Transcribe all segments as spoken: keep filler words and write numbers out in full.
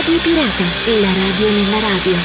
Radio Pirata, la radio nella radio.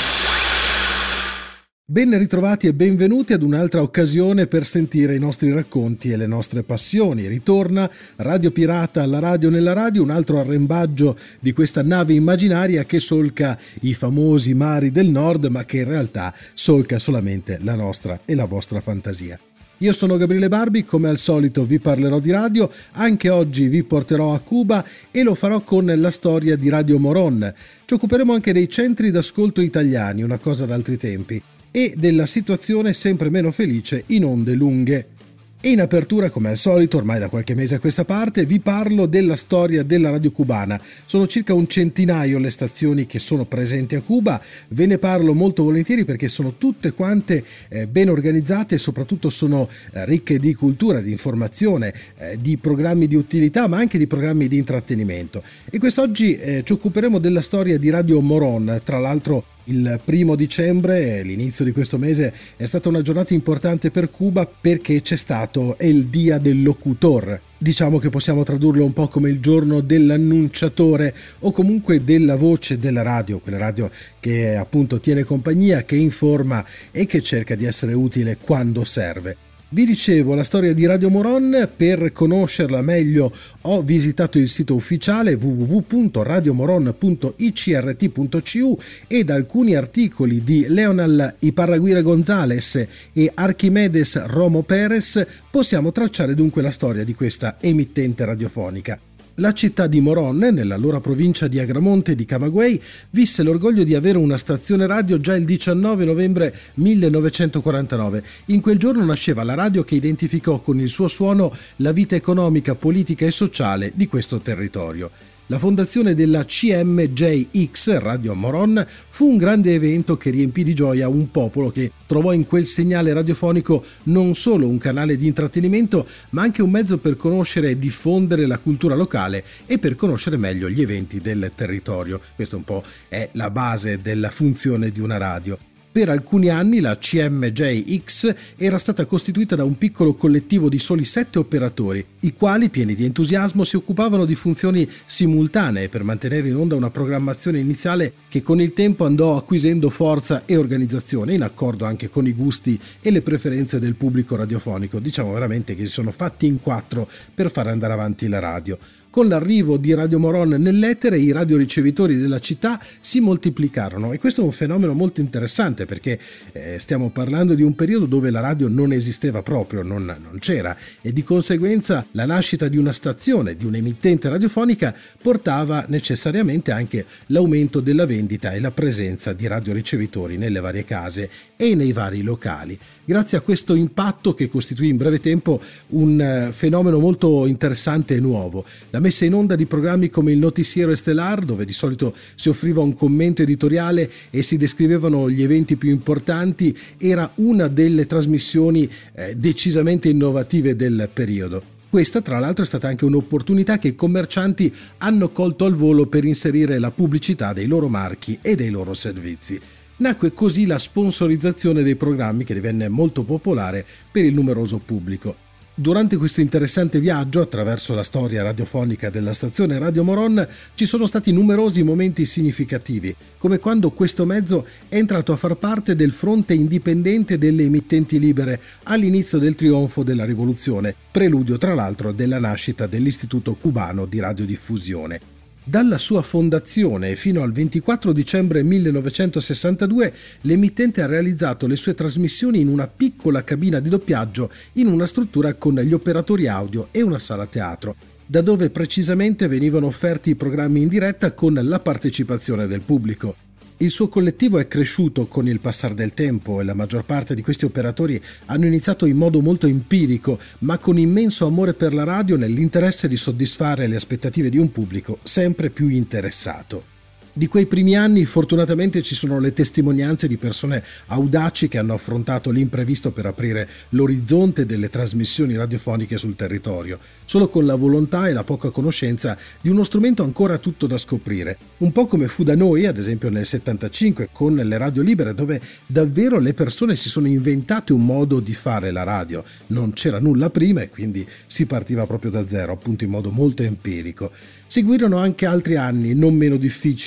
Ben ritrovati e benvenuti ad un'altra occasione per sentire i nostri racconti e le nostre passioni. Ritorna Radio Pirata, la radio nella radio, un altro arrembaggio di questa nave immaginaria che solca i famosi mari del nord, ma che in realtà solca solamente la nostra e la vostra fantasia. Io sono Gabriele Barbi, come al solito vi parlerò di radio, anche oggi vi porterò a Cuba e lo farò con la storia di Radio Morón. Ci occuperemo anche dei centri d'ascolto italiani, una cosa d'altri tempi, e della situazione sempre meno felice in onde lunghe. E in apertura, come al solito, ormai da qualche mese a questa parte, vi parlo della storia della radio cubana. Sono circa un centinaio le stazioni che sono presenti a Cuba, ve ne parlo molto volentieri perché sono tutte quante eh, ben organizzate e soprattutto sono eh, ricche di cultura, di informazione, eh, di programmi di utilità, ma anche di programmi di intrattenimento. E quest'oggi eh, ci occuperemo della storia di Radio Morón. Tra l'altro il primo dicembre, l'inizio di questo mese, è stata una giornata importante per Cuba perché c'è stato il Dia del Locutor. Diciamo che possiamo tradurlo un po' come il giorno dell'annunciatore o comunque della voce della radio, quella radio che appunto tiene compagnia, che informa e che cerca di essere utile quando serve. Vi dicevo la storia di Radio Morón. Per conoscerla meglio ho visitato il sito ufficiale w w w punto radio moron punto i c r t punto c u ed alcuni articoli di Leonel Iparraguirre González e Archimedes Romo Pérez possiamo tracciare dunque la storia di questa emittente radiofonica. La città di Morón, nell'allora provincia di Agramonte di Camagüey, visse l'orgoglio di avere una stazione radio già il diciannove novembre millenovecentoquarantanove. In quel giorno nasceva la radio che identificò con il suo suono la vita economica, politica e sociale di questo territorio. La fondazione della C M J X, Radio Morón, fu un grande evento che riempì di gioia un popolo che trovò in quel segnale radiofonico non solo un canale di intrattenimento, ma anche un mezzo per conoscere e diffondere la cultura locale e per conoscere meglio gli eventi del territorio. Questa un po' è la base della funzione di una radio. Per alcuni anni la C M J X era stata costituita da un piccolo collettivo di soli sette operatori, i quali, pieni di entusiasmo, si occupavano di funzioni simultanee per mantenere in onda una programmazione iniziale che con il tempo andò acquisendo forza e organizzazione, in accordo anche con i gusti e le preferenze del pubblico radiofonico. Diciamo veramente che si sono fatti in quattro per far andare avanti la radio. Con l'arrivo di Radio Morón nell'etere, i radioricevitori della città si moltiplicarono e questo è un fenomeno molto interessante perché eh, stiamo parlando di un periodo dove la radio non esisteva proprio, non, non c'era, e di conseguenza la nascita di una stazione, di un'emittente radiofonica portava necessariamente anche l'aumento della vendita e la presenza di radioricevitori nelle varie case e nei vari locali. Grazie a questo impatto che costituì in breve tempo un uh, fenomeno molto interessante e nuovo. La messa in onda di programmi come il Noticiero Estelar, dove di solito si offriva un commento editoriale e si descrivevano gli eventi più importanti, era una delle trasmissioni eh, decisamente innovative del periodo. Questa, tra l'altro, è stata anche un'opportunità che i commercianti hanno colto al volo per inserire la pubblicità dei loro marchi e dei loro servizi. Nacque così la sponsorizzazione dei programmi che divenne molto popolare per il numeroso pubblico. Durante questo interessante viaggio attraverso la storia radiofonica della stazione Radio Morón ci sono stati numerosi momenti significativi, come quando questo mezzo è entrato a far parte del fronte indipendente delle emittenti libere all'inizio del trionfo della rivoluzione, preludio tra l'altro della nascita dell'Istituto Cubano di Radiodiffusione. Dalla sua fondazione fino al ventiquattro dicembre millenovecentosessantadue l'emittente ha realizzato le sue trasmissioni in una piccola cabina di doppiaggio in una struttura con gli operatori audio e una sala teatro, da dove precisamente venivano offerti i programmi in diretta con la partecipazione del pubblico. Il suo collettivo è cresciuto con il passare del tempo e la maggior parte di questi operatori hanno iniziato in modo molto empirico, ma con immenso amore per la radio nell'interesse di soddisfare le aspettative di un pubblico sempre più interessato. Di quei primi anni fortunatamente ci sono le testimonianze di persone audaci che hanno affrontato l'imprevisto per aprire l'orizzonte delle trasmissioni radiofoniche sul territorio, solo con la volontà e la poca conoscenza di uno strumento ancora tutto da scoprire. Un po' come fu da noi, ad esempio nel settantacinque, con le radio libere, dove davvero le persone si sono inventate un modo di fare la radio. Non c'era nulla prima e quindi si partiva proprio da zero, appunto in modo molto empirico. Seguirono anche altri anni non meno difficili,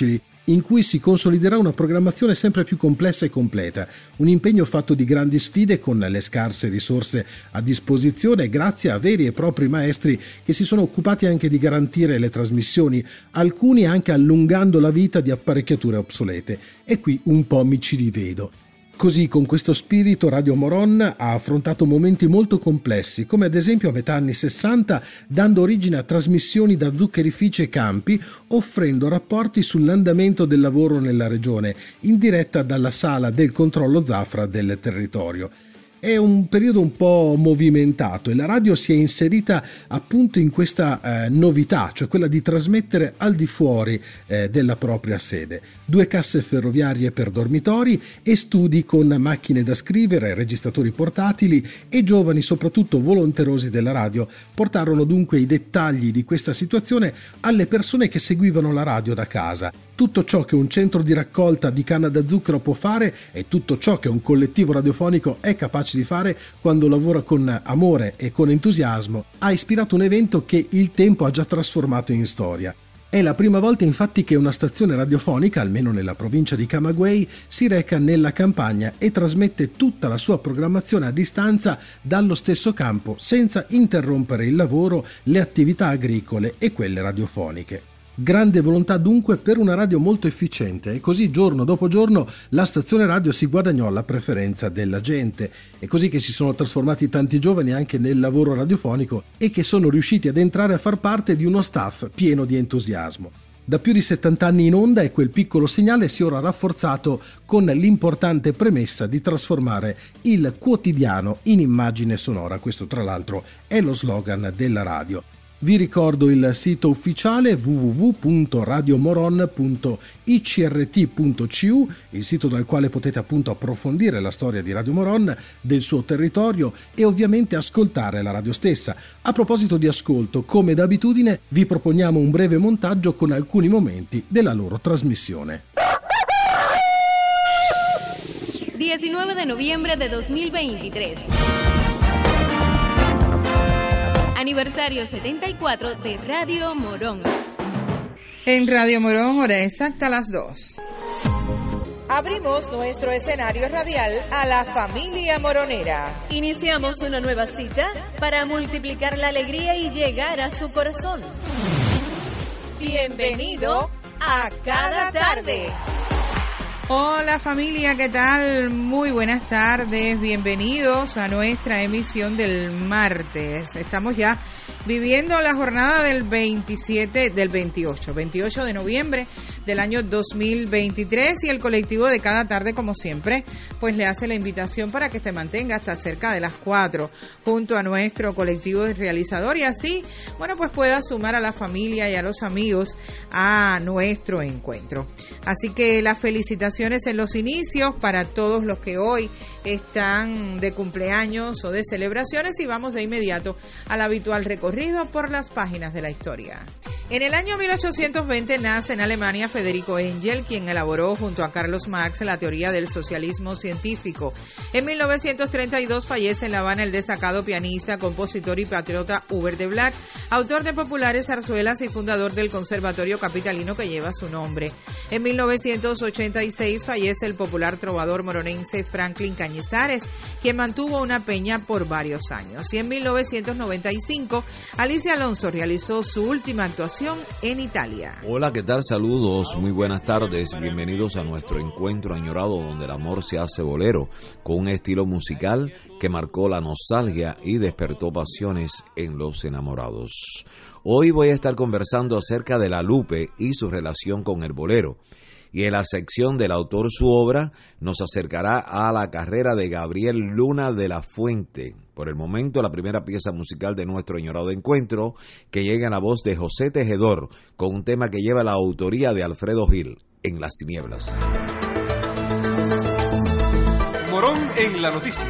in cui si consoliderà una programmazione sempre più complessa e completa, un impegno fatto di grandi sfide con le scarse risorse a disposizione grazie a veri e propri maestri che si sono occupati anche di garantire le trasmissioni, alcuni anche allungando la vita di apparecchiature obsolete. E qui un po' mi ci rivedo. Così, con questo spirito, Radio Moron ha affrontato momenti molto complessi, come ad esempio a metà anni sessanta, dando origine a trasmissioni da zuccherifici e campi, offrendo rapporti sull'andamento del lavoro nella regione, in diretta dalla sala del controllo Zafra del territorio. È un periodo un po' movimentato e la radio si è inserita appunto in questa eh, novità, cioè quella di trasmettere al di fuori eh, della propria sede. Due casse ferroviarie per dormitori e studi con macchine da scrivere, registratori portatili e giovani, soprattutto volonterosi della radio, portarono dunque i dettagli di questa situazione alle persone che seguivano la radio da casa. Tutto ciò che un centro di raccolta di canna da zucchero può fare e tutto ciò che un collettivo radiofonico è capace di fare quando lavora con amore e con entusiasmo, ha ispirato un evento che il tempo ha già trasformato in storia. È la prima volta infatti che una stazione radiofonica, almeno nella provincia di Camagüey, si reca nella campagna e trasmette tutta la sua programmazione a distanza dallo stesso campo, senza interrompere il lavoro, le attività agricole e quelle radiofoniche. Grande volontà dunque per una radio molto efficiente, e così giorno dopo giorno la stazione radio si guadagnò la preferenza della gente. È così che si sono trasformati tanti giovani anche nel lavoro radiofonico e che sono riusciti ad entrare a far parte di uno staff pieno di entusiasmo. Da più di settanta anni in onda, e quel piccolo segnale si è ora rafforzato con l'importante premessa di trasformare il quotidiano in immagine sonora. Questo tra l'altro è lo slogan della radio. Vi ricordo il sito ufficiale w w w punto radiomoron punto i c r t punto c u, il sito dal quale potete appunto approfondire la storia di Radio Moron, del suo territorio e ovviamente ascoltare la radio stessa. A proposito di ascolto, come d'abitudine vi proponiamo un breve montaggio con alcuni momenti della loro trasmissione. diecinueve de noviembre de dos mil veintitrés. Aniversario setenta y cuatro de Radio Morón. En Radio Morón, hora exacta a las dos. Abrimos nuestro escenario radial a la familia moronera. Iniciamos una nueva cita para multiplicar la alegría y llegar a su corazón. Bienvenido a Cada Tarde. Hola familia, ¿qué tal? Muy buenas tardes, bienvenidos a nuestra emisión del martes. Estamos ya viviendo la jornada del veintisiete, del veintiocho, veintiocho de noviembre del año dos mil veintitrés, y el colectivo de Cada Tarde, como siempre, pues le hace la invitación para que se mantenga hasta cerca de las cuatro junto a nuestro colectivo de realizador, y así, bueno, pues pueda sumar a la familia y a los amigos a nuestro encuentro. Así que las felicitaciones en los inicios para todos los que hoy están de cumpleaños o de celebraciones, y vamos de inmediato al habitual recorrido por las páginas de la historia. En el año mil ochocientos veinte nace en Alemania Federico Engel, quien elaboró junto a Carlos Marx la teoría del socialismo científico. En mil novecientos treinta y dos fallece en La Habana el destacado pianista, compositor y patriota Hubert de Black, autor de populares zarzuelas y fundador del conservatorio capitalino que lleva su nombre. En mil novecientos ochenta y seis fallece el popular trovador moronense Franklin Cañizares, quien mantuvo una peña por varios años. Y en mil novecientos noventa y cinco, Alicia Alonso realizó su última actuación en Italia. Hola, ¿qué tal? Saludos, muy buenas tardes. Bienvenidos a nuestro encuentro añorado donde el amor se hace bolero, con un estilo musical que marcó la nostalgia y despertó pasiones en los enamorados. Hoy voy a estar conversando acerca de la Lupe y su relación con el bolero. Y en la sección del autor su obra nos acercará a la carrera de Gabriel Luna de la Fuente. Por el momento, la primera pieza musical de nuestro añorado encuentro, que llega en la voz de José Tejedor, con un tema que lleva la autoría de Alfredo Gil, En las tinieblas. Morón en la noticia.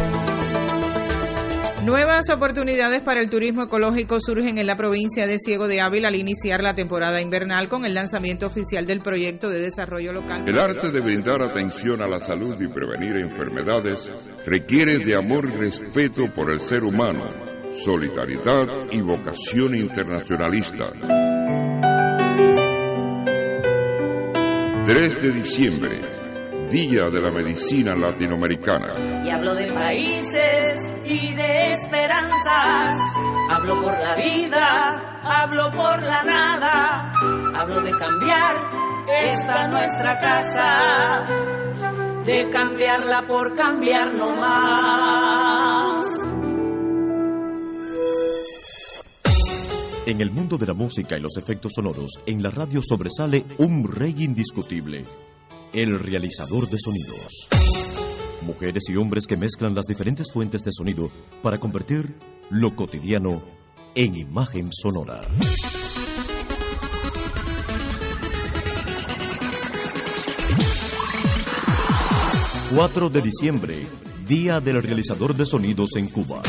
Nuevas oportunidades para el turismo ecológico surgen en la provincia de Ciego de Ávila al iniciar la temporada invernal con el lanzamiento oficial del proyecto de desarrollo local. El arte de brindar atención a la salud y prevenir enfermedades requiere de amor y respeto por el ser humano, solidaridad y vocación internacionalista. tres de diciembre, Día de la Medicina Latinoamericana. Y hablo de países y de esperanzas, hablo por la vida, hablo por la nada, hablo de cambiar esta nuestra casa, de cambiarla por cambiar no más. En el mundo de la música y los efectos sonoros, en la radio sobresale un rey indiscutible, el realizador de sonidos. Mujeres y hombres que mezclan las diferentes fuentes de sonido para convertir lo cotidiano en imagen sonora. cuatro de diciembre, Día del Realizador de Sonidos en Cuba.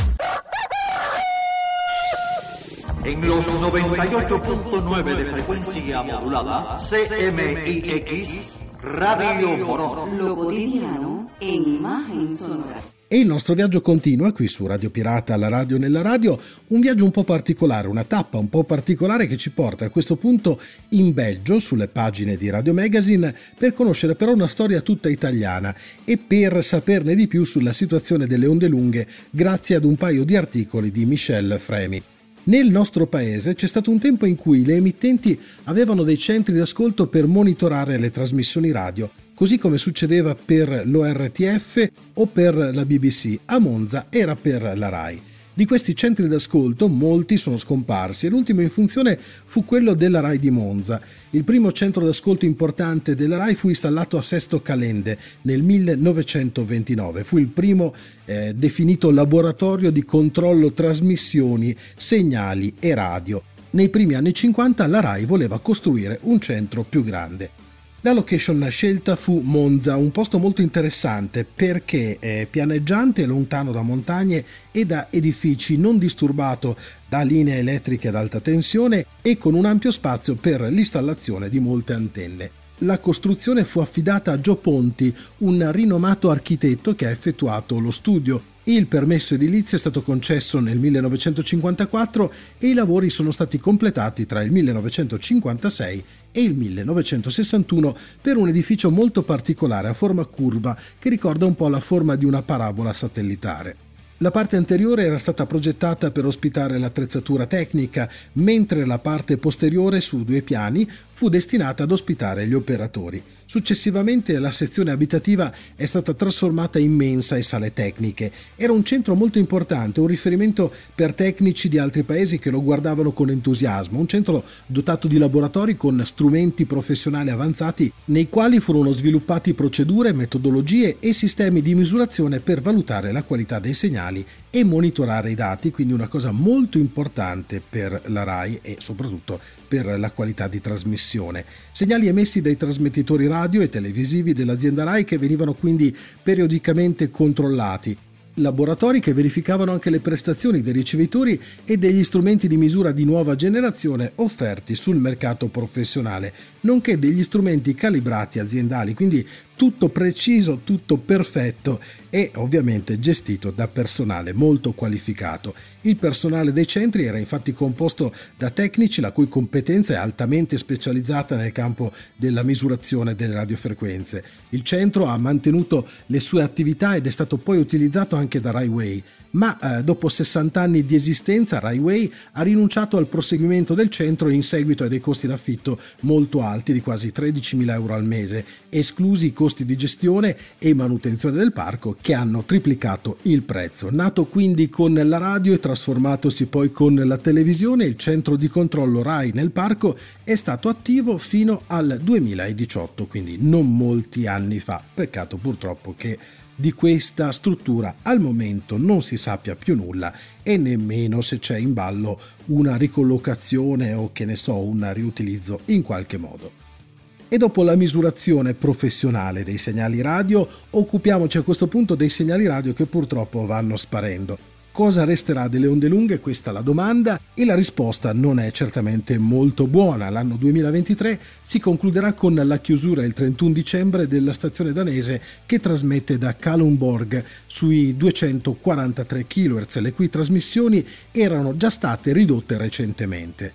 En los noventa y ocho punto nueve de frecuencia modulada, C M I X, Radio Morón. Lo cotidiano en imagen sonora. E il nostro viaggio continua qui su Radio Pirata, alla radio nella radio, un viaggio un po' particolare, una tappa un po' particolare che ci porta a questo punto in Belgio, sulle pagine di Radio Magazine, per conoscere però una storia tutta italiana e per saperne di più sulla situazione delle onde lunghe grazie ad un paio di articoli di Michel Fremy. Nel nostro paese c'è stato un tempo in cui le emittenti avevano dei centri d'ascolto per monitorare le trasmissioni radio, così come succedeva per l'O R T F o per la B B C. A Monza era per la RAI. Di questi centri d'ascolto molti sono scomparsi e l'ultimo in funzione fu quello della RAI di Monza. Il primo centro d'ascolto importante della RAI fu installato a Sesto Calende nel millenovecentoventinove. Fu il primo eh, definito laboratorio di controllo trasmissioni, segnali e radio. Nei primi anni cinquanta la RAI voleva costruire un centro più grande. La location scelta fu Monza, un posto molto interessante perché è pianeggiante, lontano da montagne e da edifici, non disturbato da linee elettriche ad alta tensione e con un ampio spazio per l'installazione di molte antenne. La costruzione fu affidata a Gio Ponti, un rinomato architetto che ha effettuato lo studio. Il permesso edilizio è stato concesso nel millenovecentocinquantaquattro e i lavori sono stati completati tra il millenovecentocinquantasei e il millenovecentosessantuno per un edificio molto particolare a forma curva che ricorda un po' la forma di una parabola satellitare. La parte anteriore era stata progettata per ospitare l'attrezzatura tecnica, mentre la parte posteriore, su due piani, fu destinata ad ospitare gli operatori. Successivamente la sezione abitativa è stata trasformata in mensa e sale tecniche. Era un centro molto importante, un riferimento per tecnici di altri paesi che lo guardavano con entusiasmo, un centro dotato di laboratori con strumenti professionali avanzati nei quali furono sviluppati procedure, metodologie e sistemi di misurazione per valutare la qualità dei segnali e monitorare i dati, quindi una cosa molto importante per la RAI e soprattutto per la qualità di trasmissione. Segnali emessi dai trasmettitori radio e televisivi dell'azienda RAI che venivano quindi periodicamente controllati. Laboratori che verificavano anche le prestazioni dei ricevitori e degli strumenti di misura di nuova generazione offerti sul mercato professionale, nonché degli strumenti calibrati aziendali, quindi tutto preciso, tutto perfetto e ovviamente gestito da personale molto qualificato. Il personale dei centri era infatti composto da tecnici la cui competenza è altamente specializzata nel campo della misurazione delle radiofrequenze. Il centro ha mantenuto le sue attività ed è stato poi utilizzato anche da Rai Way, ma eh, dopo sessanta anni di esistenza Rai Way ha rinunciato al proseguimento del centro in seguito a dei costi d'affitto molto alti di quasi tredicimila euro al mese, esclusi i costi di gestione e manutenzione del parco che hanno triplicato il prezzo. Nato quindi con la radio e trasformatosi poi con la televisione, il centro di controllo Rai nel parco è stato attivo fino al duemiladiciotto, quindi non molti anni fa. Peccato purtroppo che di questa struttura al momento non si sappia più nulla e nemmeno se c'è in ballo una ricollocazione o che ne so, un riutilizzo in qualche modo. E dopo la misurazione professionale dei segnali radio, occupiamoci a questo punto dei segnali radio che purtroppo vanno sparendo. Cosa resterà delle onde lunghe? Questa è la domanda e la risposta non è certamente molto buona. L'anno duemilaventitré si concluderà con la chiusura il trentuno dicembre della stazione danese che trasmette da Kalundborg sui duecentoquarantatré chilohertz, le cui trasmissioni erano già state ridotte recentemente.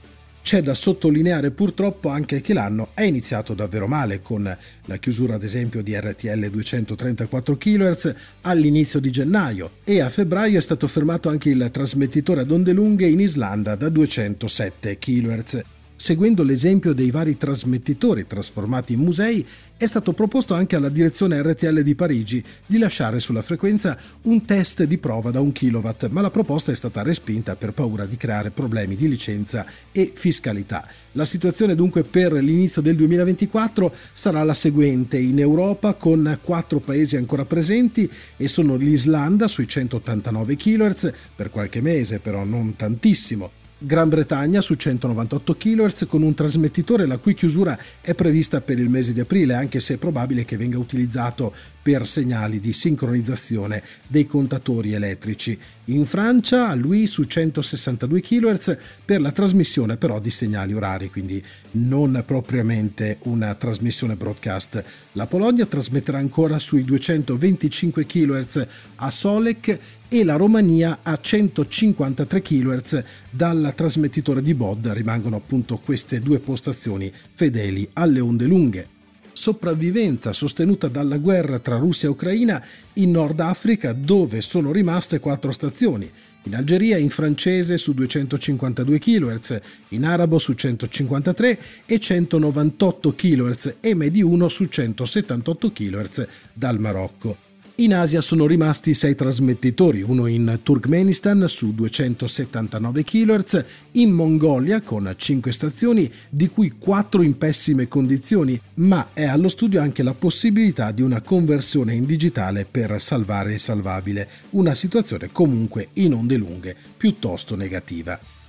C'è da sottolineare purtroppo anche che l'anno è iniziato davvero male, con la chiusura ad esempio di R T L duecentotrentaquattro chilohertz all'inizio di gennaio, e a febbraio è stato fermato anche il trasmettitore ad onde lunghe in Islanda da duecentosette chilohertz. Seguendo l'esempio dei vari trasmettitori trasformati in musei, è stato proposto anche alla direzione R T L di Parigi di lasciare sulla frequenza un test di prova da un kilowatt, ma la proposta è stata respinta per paura di creare problemi di licenza e fiscalità. La situazione dunque per l'inizio del duemilaventiquattro sarà la seguente in Europa, con quattro paesi ancora presenti, e sono l'Islanda sui centottantanove chilohertz per qualche mese, però non tantissimo, Gran Bretagna su centonovantotto chilohertz con un trasmettitore la cui chiusura è prevista per il mese di aprile, anche se è probabile che venga utilizzato per segnali di sincronizzazione dei contatori elettrici. In Francia, lui su centosessantadue chilohertz per la trasmissione però di segnali orari, quindi non propriamente una trasmissione broadcast. La Polonia trasmetterà ancora sui duecentoventicinque chilohertz a Solec e la Romania a centocinquantatré chilohertz dal trasmettitore di B O D. Rimangono appunto queste due postazioni fedeli alle onde lunghe. Sopravvivenza sostenuta dalla guerra tra Russia e Ucraina in Nord Africa, dove sono rimaste quattro stazioni: in Algeria in francese su duecentocinquantadue chilohertz, in arabo su centocinquantatré e centonovantotto chilohertz e M D uno su centosettantotto chilohertz dal Marocco. In Asia sono rimasti sei trasmettitori, uno in Turkmenistan su duecentosettantanove chilohertz, in Mongolia con cinque stazioni, di cui quattro in pessime condizioni, ma è allo studio anche la possibilità di una conversione in digitale per salvare il salvabile, una situazione comunque in onde lunghe piuttosto negativa.